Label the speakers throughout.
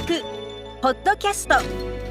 Speaker 1: 博ポッドキャスト。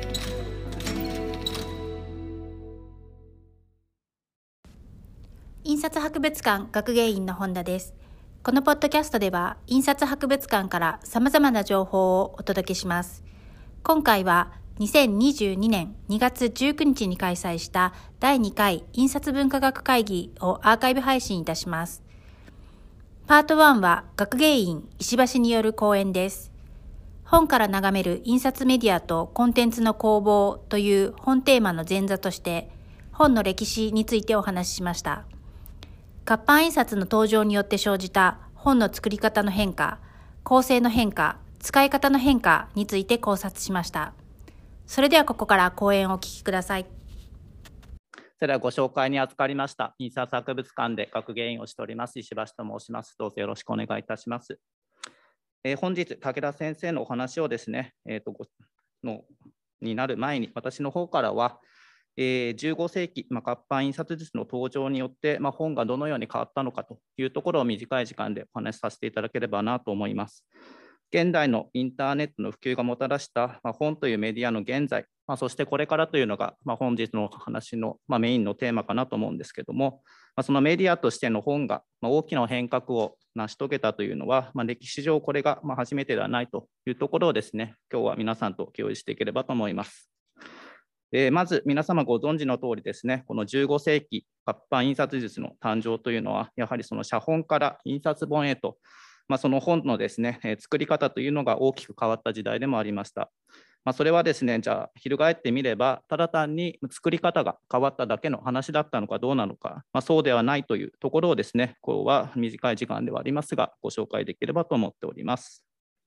Speaker 2: 印刷博物館学芸員の本田です。このポッドキャストでは印刷博物館からさまざまな情報をお届けします。今回は2022年2月19日に開催した第2回印刷文化学会議をアーカイブ配信いたします。パート1は学芸員石橋による講演です。本から眺める印刷メディアとコンテンツの攻防という本テーマの前座として本の歴史についてお話ししました。活版印刷の登場によって生じた本の作り方の変化、構成の変化、使い方の変化について考察しました。それではここから講演をお聞きください。
Speaker 3: それではご紹介に預かりました印刷博物館で学芸員をしております石橋と申します。どうぞよろしくお願いいたします。本日武田先生のお話をですね、になる前に私の方からは、15世紀、活版印刷術の登場によって、本がどのように変わったのかというところを短い時間でお話しさせていただければなと思います。現代のインターネットの普及がもたらした、本というメディアの現在、そしてこれからというのが、本日の話の、メインのテーマかなと思うんですけども、そのメディアとしての本が、大きな変革を成し遂げたというのは、歴史上これが初めてではないというところをですね、今日は皆さんと共有していければと思います。まず皆様ご存知の通りですね、この15世紀活版印刷術の誕生というのは、やはりその写本から印刷本へと、その本のですね、作り方というのが大きく変わった時代でもありました。それはですね、じゃあ翻ってみれば、ただ単に作り方が変わっただけの話だったのかどうなのか、そうではないというところをですね、今日は短い時間ではありますが、ご紹介できればと思っております。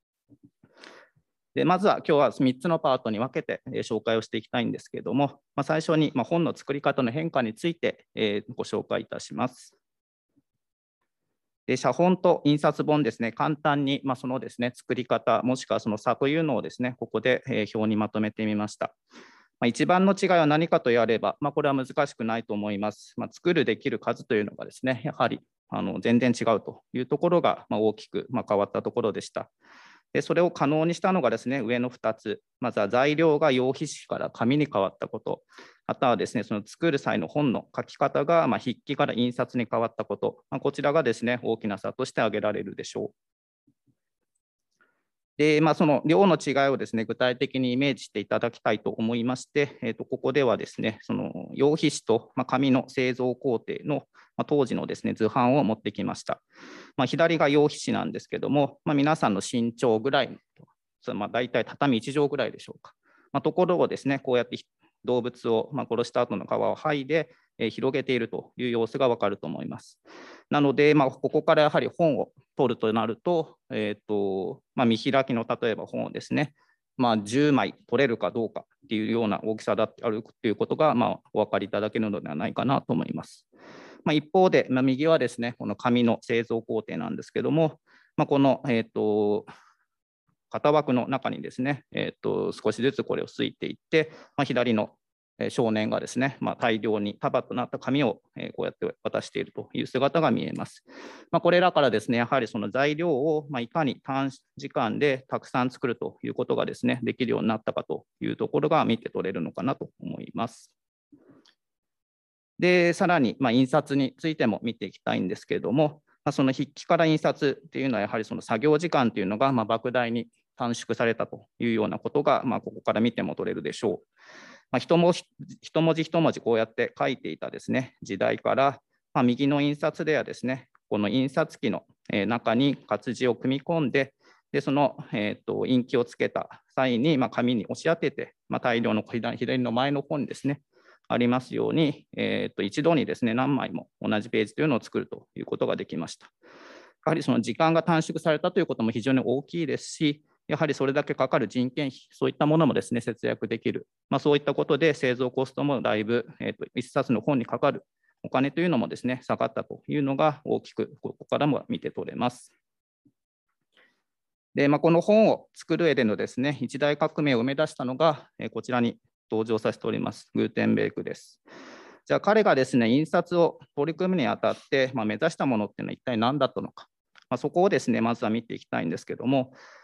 Speaker 3: でまずは今日は3つのパートに分けて紹介をしていきたいんですけれども、最初に本の作り方の変化についてご紹介いたします。で写本と印刷本ですね、簡単にそのですね、作り方、もしくはその差というのをですね、ここで表にまとめてみました。一番の違いは何かと言われれば、これは難しくないと思います。作るできる数というのがですね、やはり全然違うというところが大きく変わったところでした。でそれを可能にしたのがですね、上の2つ、まずは材料が羊皮紙から紙に変わったこと、あとはですね、その作る際の本の書き方が筆記から印刷に変わったこと、こちらがですね、大きな差として挙げられるでしょう。でその量の違いをですね、具体的にイメージしていただきたいと思いまして、ここではですね、その羊皮紙と紙の製造工程の当時のですね、図版を持ってきました。左が羊皮紙なんですけども、皆さんの身長ぐらい、大体畳1畳ぐらいでしょうか。ところをですね、こうやって動物を殺した後の皮を剥いで広げているという様子が分かると思います。なので、ここからやはり本を取るとなると、見開きの例えば本をですね、10枚取れるかどうかっていうような大きさだってあるということがお分かりいただけるのではないかなと思います。一方で、右はですね、この紙の製造工程なんですけども、この、型枠の中にですね、少しずつこれをすいていって、左の少年がですね、大量に束となった紙をこうやって渡しているという姿が見えます。これらからですね、やはりその材料をいかに短時間でたくさん作るということがですね、できるようになったかというところが見て取れるのかなと思います。でさらに印刷についても見ていきたいんですけれども、その筆記から印刷っていうのはやはりその作業時間というのが莫大に短縮されたというようなことがここから見ても取れるでしょう。一文字一文字こうやって書いていたですね、時代から、右の印刷ではですね、この印刷機の中に活字を組み込んで、そのインキをつけた際に紙に押し当てて、大量の左の前の方にですね、ありますように、一度にですね、何枚も同じページというのを作るということができました。やはりその時間が短縮されたということも非常に大きいですし、やはりそれだけかかる人件費、そういったものもですね、節約できる。そういったことで製造コストもだいぶ、一冊の本にかかるお金というのもですね、下がったというのが大きくここからも見て取れます。でこの本を作る上でのですね、一大革命を生み出したのが、こちらに登場させております、グーテンベルクです。じゃあ彼がですね、印刷を取り組むにあたって、目指したものっていうのは一体何だったのか。そこをですね、まずは見ていきたいんですけども、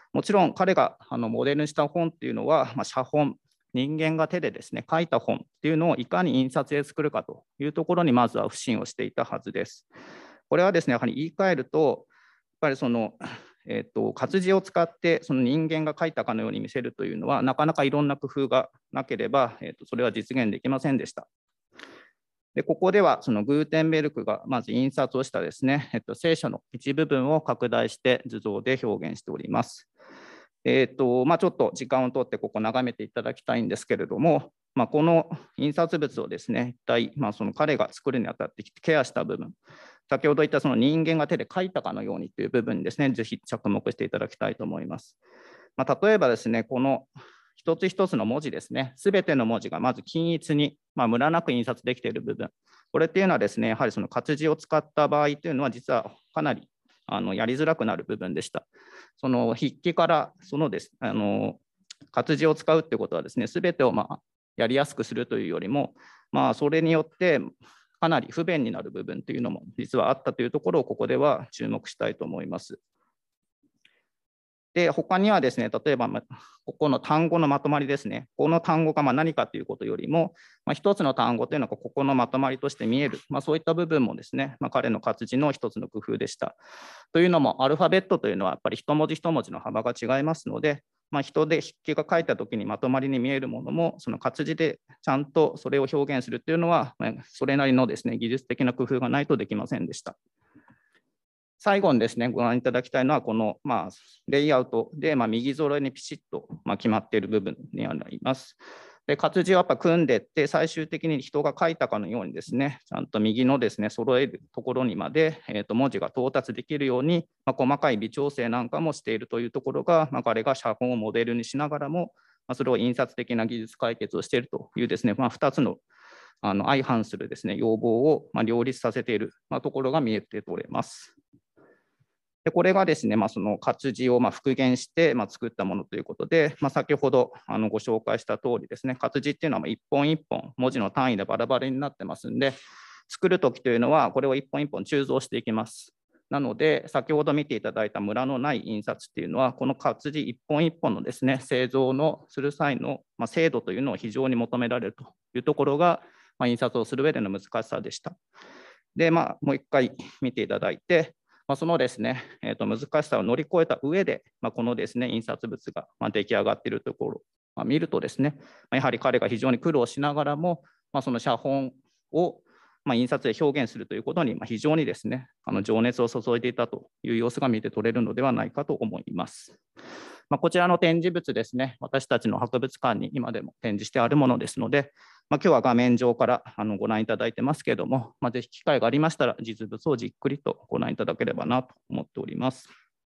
Speaker 3: もちろん彼がモデルにした本っていうのは、写本、人間が手でですね、書いた本っていうのをいかに印刷で作るかというところにまずは不信をしていたはずです。これはですね、やはり言い換えると、やっぱりその、活字を使ってその人間が書いたかのように見せるというのは、なかなかいろんな工夫がなければ、それは実現できませんでした。でここではそのグーテンベルクがまず印刷をしたですね、聖書の一部分を拡大して図像で表現しております。ちょっと時間をとってここ眺めていただきたいんですけれども、この印刷物をですね、一体その彼が作るにあたってケアした部分、先ほど言ったその人間が手で書いたかのようにという部分にですね、ぜひ着目していただきたいと思います。例えばですね、この一つ一つの文字ですね、すべての文字がまず均一に、ムラなく印刷できている部分、これっていうのはですね、やはりその活字を使った場合というのは、実はかなりやりづらくなる部分でした。その筆記からそのです活字を使うということはですね、すべてをやりやすくするというよりも、それによってかなり不便になる部分というのも実はあったというところをここでは注目したいと思います。で、他にはですね、例えばここの単語のまとまりですね、この単語が何かということよりも、一つの単語というのがここのまとまりとして見える、そういった部分もですね、彼の活字の一つの工夫でした。というのも、アルファベットというのはやっぱり一文字一文字の幅が違いますので、人で筆記が書いたときにまとまりに見えるものも、その活字でちゃんとそれを表現するというのは、それなりのですね、技術的な工夫がないとできませんでした。最後にですね、ご覧いただきたいのは、このレイアウトで右揃えにピシッと決まっている部分になります。で活字をやっぱ組んでいって、最終的に人が書いたかのようにですね、ちゃんと右のですね、揃えるところにまで、文字が到達できるように、細かい微調整なんかもしているというところが、彼が写本をモデルにしながらも、それを印刷的な技術解決をしているというですね、2つの相反するですね、要望を両立させているところが見えて取れます。でこれがですね、その活字を復元して作ったものということで、先ほどご紹介した通りですね、活字っていうのは一本一本文字の単位でバラバラになってますんで、作るときというのはこれを一本一本鋳造していきます。なので、先ほど見ていただいたムラのない印刷っていうのは、この活字一本一本のですね、製造のする際の精度というのを非常に求められるというところが、印刷をする上での難しさでした。で、もう一回見ていただいて、そのですね、難しさを乗り越えた上で、このですね、印刷物が出来上がっているところを見るとですね、やはり彼が非常に苦労しながらも、その写本を印刷で表現するということに非常にですね、情熱を注いでいたという様子が見て取れるのではないかと思います。こちらの展示物ですね、私たちの博物館に今でも展示してあるものですので、今日は画面上からご覧いただいてますけれども、ぜひ機会がありましたら、実物をじっくりとご覧いただければなと思っております。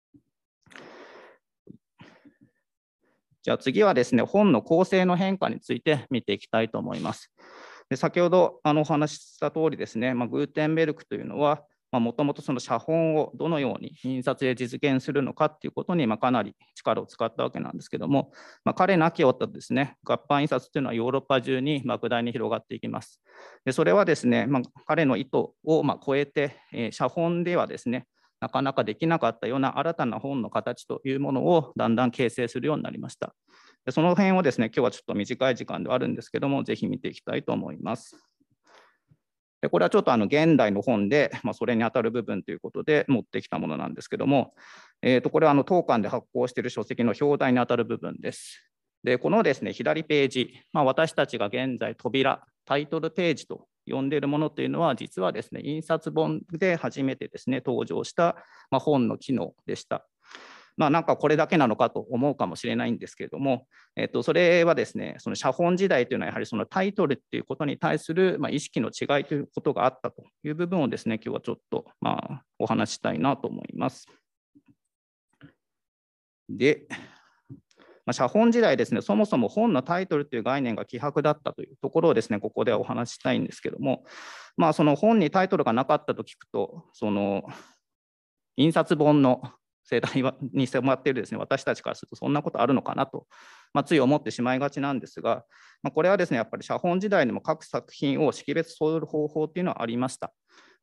Speaker 3: じゃあ次はですね、本の構成の変化について見ていきたいと思います。で先ほどお話しした通りですね、グーテンベルクというのは、もともとその写本をどのように印刷で実現するのかということにかなり力を使ったわけなんですけども、彼なきよってですね、活版印刷というのはヨーロッパ中に莫大に広がっていきます。でそれはですね、彼の意図を超えて、写本ではですね、なかなかできなかったような新たな本の形というものをだんだん形成するようになりました。でその辺をですね、今日はちょっと短い時間ではあるんですけども、ぜひ見ていきたいと思います。でこれはちょっと現代の本で、それに当たる部分ということで持ってきたものなんですけども、これは当館で発行している書籍の表題に当たる部分です。でこのですね、左ページ、私たちが現在扉、タイトルページと呼んでいるものというのは、実はですね、印刷本で初めてですね、登場した、本の機能でした。なんかこれだけなのかと思うかもしれないんですけれども、それはですね、その写本時代というのはやはりそのタイトルっていうことに対する意識の違いということがあったという部分をですね、今日はちょっとお話ししたいなと思います。で、写本時代ですね、そもそも本のタイトルという概念が希薄だったというところをですね、ここではお話ししたいんですけども、その本にタイトルがなかったと聞くと、その印刷本の世代に迫っているですね、私たちからするとそんなことあるのかなと、つい思ってしまいがちなんですが、これはですね、やっぱり写本時代にも各作品を識別する方法というのはありました。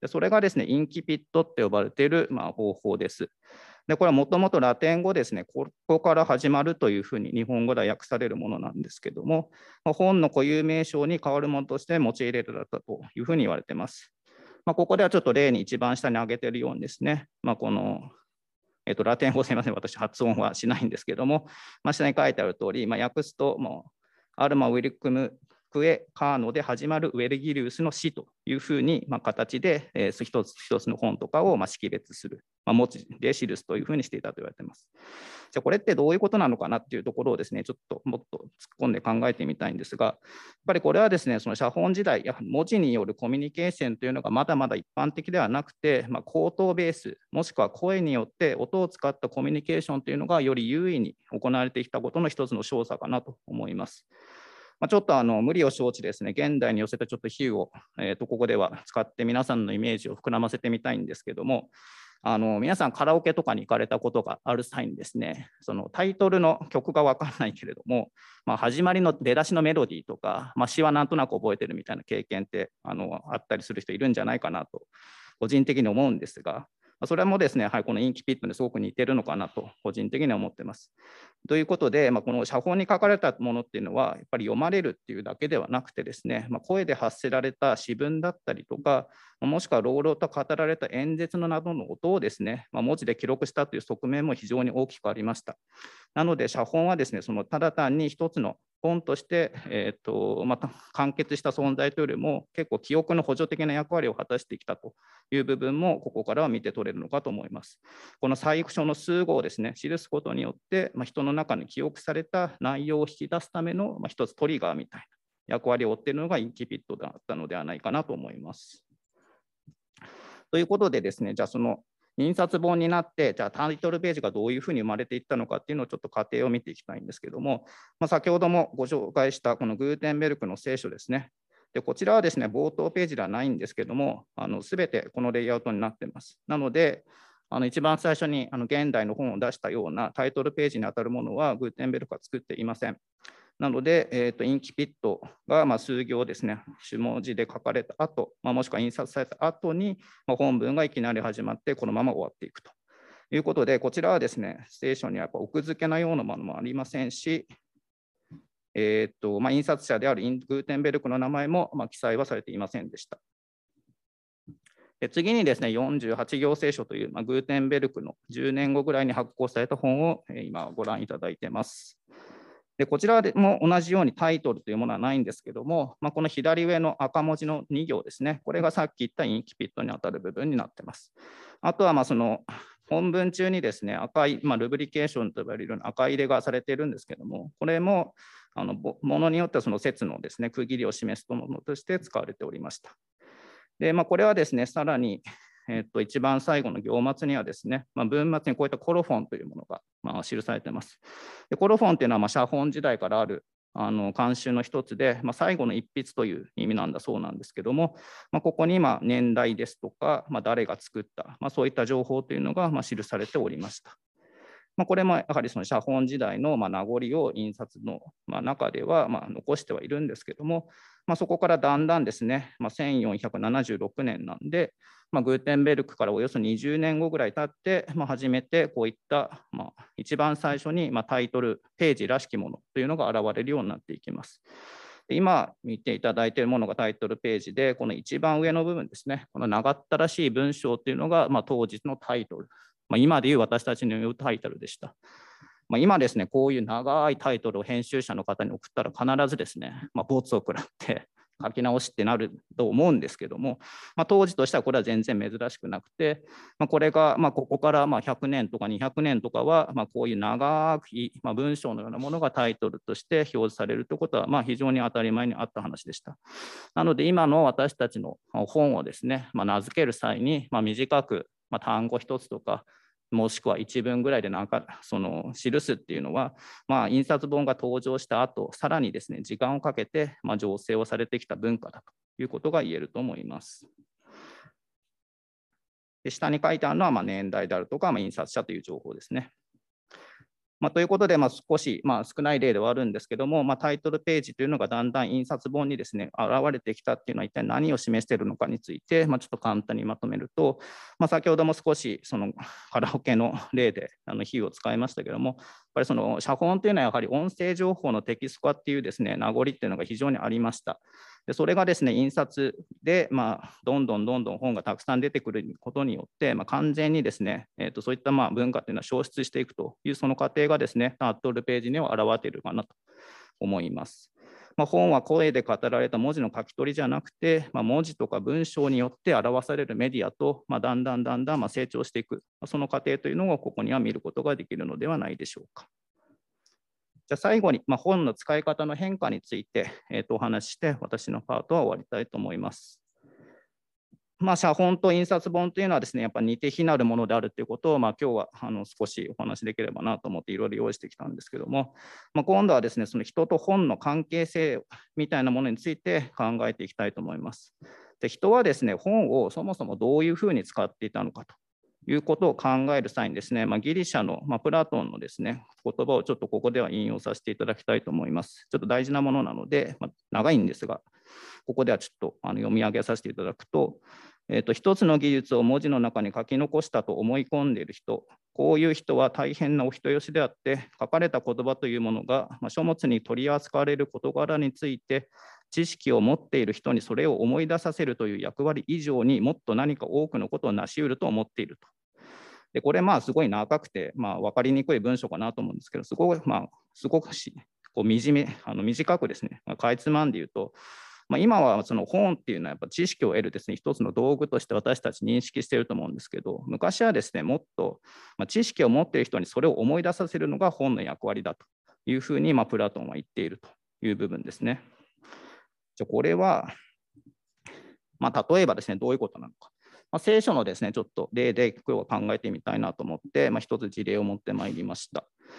Speaker 3: でそれがですね、インキピットって呼ばれている方法です。でこれはもともとラテン語ですね、ここから始まるというふうに日本語では訳されるものなんですけども、本の固有名称に変わるものとして用いられたというふうに言われています。ここではちょっと例に一番下に挙げているようにですね、このラテン語、すみません、私、発音はしないんですけども、下に書いてある通り、訳すと、アルマ・ウィルクム・クエ・カーノで始まるウェルギリウスの死というふうに、形で、一つ一つの本とかを識別する、文字で記すというふうにしていたと言われています。じゃあ、これってどういうことなのかなっていうところをですね、ちょっともっと突っ込んで考えてみたいんですが、やっぱりこれはですね、その写本時代、やはり文字によるコミュニケーションというのがまだまだ一般的ではなくて、口頭ベース、もしくは声によって音を使ったコミュニケーションというのがより優位に行われてきたことの一つの証左かなと思います。ちょっと無理を承知ですね、現代に寄せたちょっと比喩を、ここでは使って皆さんのイメージを膨らませてみたいんですけども、皆さんカラオケとかに行かれたことがある際にですね、そのタイトルの曲が分からないけれども、始まりの出だしのメロディーとか、詩はなんとなく覚えてるみたいな経験ってあったりする人いるんじゃないかなと個人的に思うんですが、それもですね、このインキピットにすごく似てるのかなと個人的には思っています。ということで、この写本に書かれたものっていうのは、やっぱり読まれるっていうだけではなくてですね、声で発せられた詩文だったりとか、もしくは朗々と語られた演説のなどの音をですね、文字で記録したという側面も非常に大きくありました。なので、写本はですね、ただ単に一つの本として、完結した存在というよりも、結構記憶の補助的な役割を果たしてきたという部分も、ここからは見て取れるのかと思います。この最初の数語をですね、記すことによって、人の中に記憶された内容を引き出すための、一つトリガーみたいな役割を負っているのがインキピットだったのではないかなと思います。ということでですね、じゃあその印刷本になって、じゃあタイトルページがどういうふうに生まれていったのかっていうのをちょっと過程を見ていきたいんですけども、先ほどもご紹介したこのグーテンベルクの聖書ですね。でこちらはですね、冒頭ページではないんですけども、すべてこのレイアウトになっています。なので、一番最初に現代の本を出したようなタイトルページに当たるものはグーテンベルクは作っていません。なので、インキピットが数行ですね、主文字で書かれた後、もしくは印刷された後に、本文がいきなり始まって、このまま終わっていくということで、こちらはですね、聖書にはやっぱ奥付けのようなものもありませんし、印刷者であるグーテンベルクの名前も記載はされていませんでした。次にですね、48行聖書という、グーテンベルクの10年後ぐらいに発行された本を今ご覧いただいています。でこちらでも同じようにタイトルというものはないんですけども、この左上の赤文字の2行ですね、これがさっき言ったインキピットに当たる部分になっています。あとはその本文中にですね、赤い、ルブリケーションと呼ばれるような赤入れがされているんですけども、これもものによってはその説のですね、区切りを示すものとして使われておりました。でこれはですね、さらに一番最後の行末にはですね、文末にこういったコロフォンというものが記されています。でコロフォンというのは写本時代からある慣習の一つで、最後の一筆という意味なんだそうなんですけども、ここに年代ですとか、誰が作った、そういった情報というのが記されておりました。これもやはりその写本時代の名残を印刷の中では残してはいるんですけども、そこからだんだんですね、1476年なんで、グーテンベルクからおよそ20年後ぐらい経って、初めてこういった一番最初にタイトルページらしきものというのが現れるようになっていきます。今見ていただいているものがタイトルページで、この一番上の部分ですね、この長ったらしい文章というのが当時のタイトル。今でいう私たちの言うタイトルでした。今ですね、こういう長いタイトルを編集者の方に送ったら必ずですね、ボツを食らって書き直しってなると思うんですけども、当時としてはこれは全然珍しくなくて、これがここから100年とか200年とかはこういう長い文章のようなものがタイトルとして表示されるということは非常に当たり前にあった話でした。なので今の私たちの本をですね、名付ける際に短く単語一つとかもしくは一文ぐらいで記すっていうのは、印刷本が登場した後、さらにですね、時間をかけて醸成をされてきた文化だということが言えると思います。で下に書いてあるのは年代であるとか印刷者という情報ですね。 ということで、少し、少ない例ではあるんですけども、タイトルページというのがだんだん印刷本にですね、現れてきたっていうのは一体何を示しているのかについて、ちょっと簡単にまとめると、先ほども少しそのカラオケの例で比喩を使いましたけども、やっぱりその写本というのはやはり音声情報のテキスト化っていうですね、名残っていうのが非常にありました。でそれがですね、印刷で、どんどん本がたくさん出てくることによって、完全にですね、そういった文化というのは消失していくという、その過程がですね、タイトルページには現れているかなと思います。本は声で語られた文字の書き取りじゃなくて、文字とか文章によって表されるメディアと、だんだん成長していく、その過程というのをここには見ることができるのではないでしょうか。じゃあ最後に、本の使い方の変化について、お話しして、私のパートは終わりたいと思います。写本と印刷本というのはですね、やっぱ似て非なるものであるということを、今日は少しお話しできればなと思っていろいろ用意してきたんですけども、今度はですね、その人と本の関係性みたいなものについて考えていきたいと思います。で、人はですね、本をそもそもどういうふうに使っていたのかということを考える際にですね、ギリシャの、プラトンのですね、言葉をちょっとここでは引用させていただきたいと思います。ちょっと大事なものなので、長いんですが、ここではちょっと読み上げさせていただくと、一つの技術を文字の中に書き残したと思い込んでいる人、こういう人は大変なお人よしであって、書かれた言葉というものが、書物に取り扱われる事柄について、知識を持っている人にそれを思い出させるという役割以上にもっと何か多くのことを成し得ると思っていると。でこれすごい長くて、分かりにくい文章かなと思うんですけど、すごくこう短くですね、かいつまんで言うと、今はその本っていうのはやっぱ知識を得るですね、一つの道具として私たち認識していると思うんですけど、昔はですね、もっと知識を持っている人にそれを思い出させるのが本の役割だというふうにプラトンは言っているという部分ですね。じゃこれは、例えばですね、どういうことなのか。聖書のですね、ちょっと例で今日は考えてみたいなと思って、一つ事例を持ってまいりました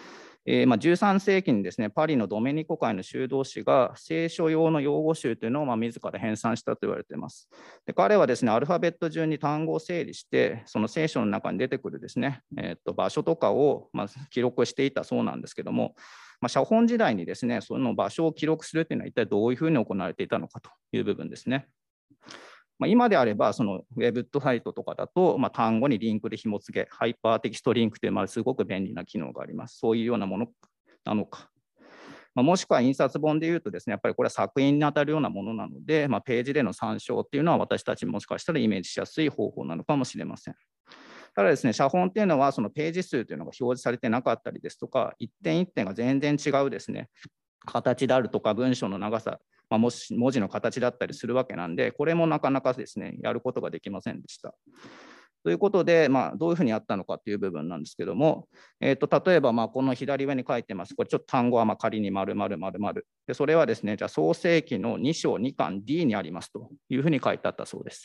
Speaker 3: 。13世紀にですね、パリのドメニコ会の修道士が聖書用の用語集というのを自ら編纂したと言われています。で彼はですね、アルファベット順に単語を整理して、その聖書の中に出てくるですね、場所とかを記録していたそうなんですけども、写本時代にですね、その場所を記録するというのは一体どういうふうに行われていたのかという部分ですね。今であれば、そのウェブサイトとかだと、単語にリンクで紐付け、ハイパーテキストリンクというすごく便利な機能があります。そういうようなものなのか。もしくは印刷本でいうとですね、やっぱりこれは作品に当たるようなものなので、ページでの参照っていうのは私たちもしかしたらイメージしやすい方法なのかもしれません。ただですね、写本っていうのはそのページ数というのが表示されてなかったりですとか、一点一点が全然違うですね、形であるとか文章の長さ、文字の形だったりするわけなんで、これもなかなかですね、やることができませんでした。ということで、どういうふうにやったのかという部分なんですけども、例えばこの左上に書いてます、これちょっと単語は仮に〇〇〇〇で、それはですね、じゃあ創世記の2章2巻 D にありますというふうに書いてあったそうです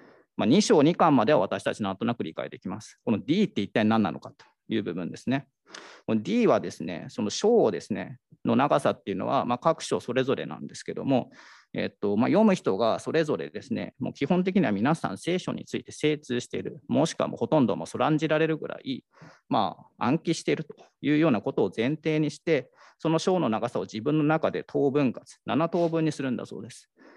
Speaker 3: 。2章2巻までは私たちなんとなく理解できます。この D って一体何なのかという部分ですね。D はですね、その章をですね、の長さっていうのは、各章それぞれなんですけども、読む人がそれぞれですね、もう基本的には皆さん聖書について精通している、もしくはもうほとんどもそらんじられるぐらい、暗記しているというようなことを前提にして、その章の長さを自分の中で等分割、7等分にするんだそうです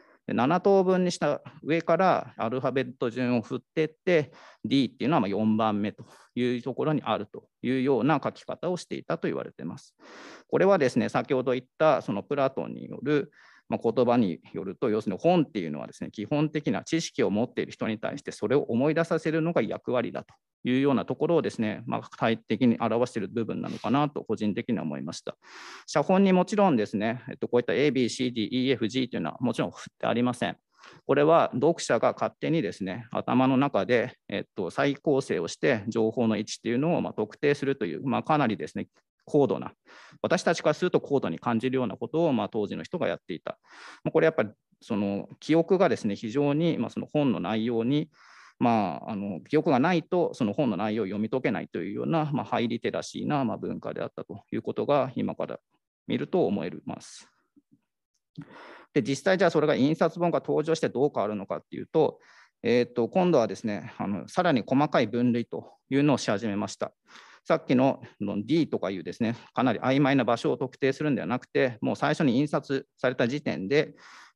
Speaker 3: 。7等分にした上からアルファベット順を振っていって、D っていうのは4番目というところにあるというような書き方をしていたと言われています。これはですね、先ほど言ったそのプラトンによる言葉によると、要するに本っていうのはですね、基本的な知識を持っている人に対してそれを思い出させるのが役割だというようなところをですね、具体的に表している部分なのかなと個人的には思いました。写本にもちろんですね、こういった ABCDEFG というのはもちろん振ってありません。これは読者が勝手にですね、頭の中で、再構成をして情報の位置っていうのを特定するという、かなりですね、高度な、私たちからすると高度に感じるようなことを当時の人がやっていた。これやっぱりその記憶がですね、非常にその本の内容に記憶がないとその本の内容を読み解けないというような、ハイリテラシーな文化であったということが今から見ると思えます。で実際じゃあそれが印刷本が登場してどう変わるのかっていうと、今度はですね、さらに細かい分類というのをし始めました。 さっきの D とかいうですね、かなり曖昧な場所を特定するんではなくて、もう最初に印刷された時点で、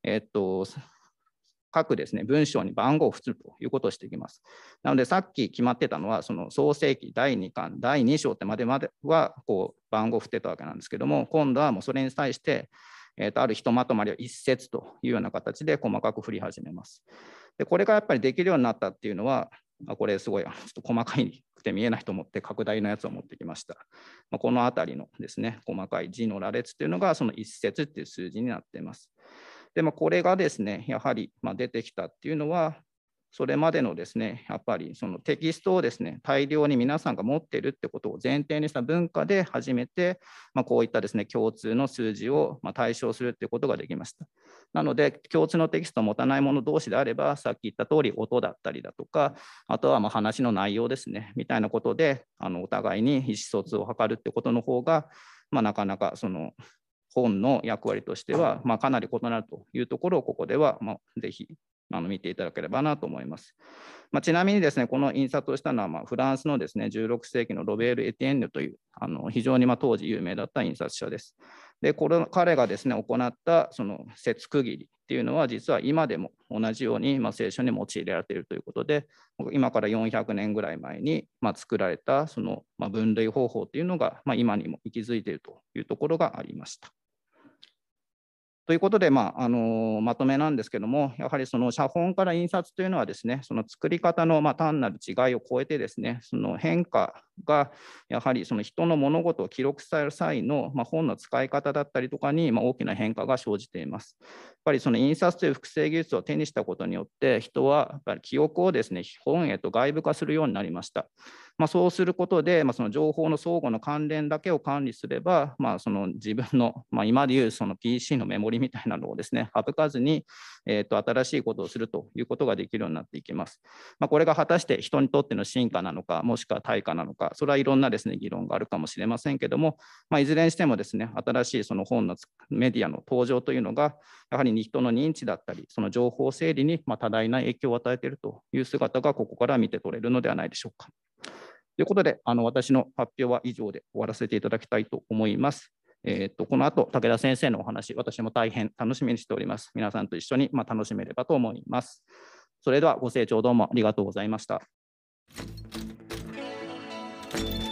Speaker 3: 各ですね、文章に番号を付するということをしていきます。なので、さっき決まってたのは、その創世記第2巻、第2章ってまではこう番号を振ってたわけなんですけども、今度はもうそれに対して、あるひとまとまりを一節というような形で細かく振り始めます。で、これがやっぱりできるようになったっていうのは、これすごいちょっと細かくて見えないと思って拡大のやつを持ってきました。このあたりのですね、細かい字の羅列っていうのがその一節っていう数字になっています。で、これがですね、やはり出てきたっていうのは、それまでのですね、やっぱりそのテキストをですね、大量に皆さんが持っているってことを前提にした文化で初めて、こういったですね、共通の数字を対象するっていうことができました。なので、共通のテキストを持たない者同士であれば、さっき言った通り音だったりだとか、あとは話の内容ですね、みたいなことで、お互いに意思疎通を図るってことの方が、なかなかその本の役割としては、かなり異なるというところをここでは、ぜひ見ていただければなと思います。ちなみにですね、この印刷をしたのはフランスのですね、16世紀のロベール・エティエンヌという非常に当時有名だった印刷者です。で、彼がですね、行ったその節区切りっていうのは、実は今でも同じように聖書に用いられているということで、今から400年ぐらい前に作られたその分類方法っていうのが今にも息づいているというところがありました。ということで、まとめなんですけども、やはりその写本から印刷というのはですね、その作り方の単なる違いを超えてですね、その変化がやはりその人の物事を記録される際の本の使い方だったりとかに大きな変化が生じています。やっぱりその印刷という複製技術を手にしたことによって、人はやっぱり記憶をですね、本へと外部化するようになりました。そうすることで、その情報の相互の関連だけを管理すれば、その自分の、今でいうその PC のメモリみたいなのをですね、省かずに、新しいことをするということができるようになっていきます。これが果たして人にとっての進化なのか、もしくは対価なのか、それはいろんなですね、議論があるかもしれませんけども、いずれにしてもですね、新しいその本のメディアの登場というのが、やはり人の認知だったり、その情報整理に多大な影響を与えているという姿がここから見て取れるのではないでしょうか。ということで、私の発表は以上で終わらせていただきたいと思います。この後、武田先生のお話、私も大変楽しみにしております。皆さんと一緒に楽しめればと思います。それではご清聴どうもありがとうございました。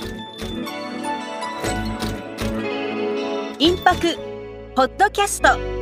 Speaker 1: インパクポッドキャスト。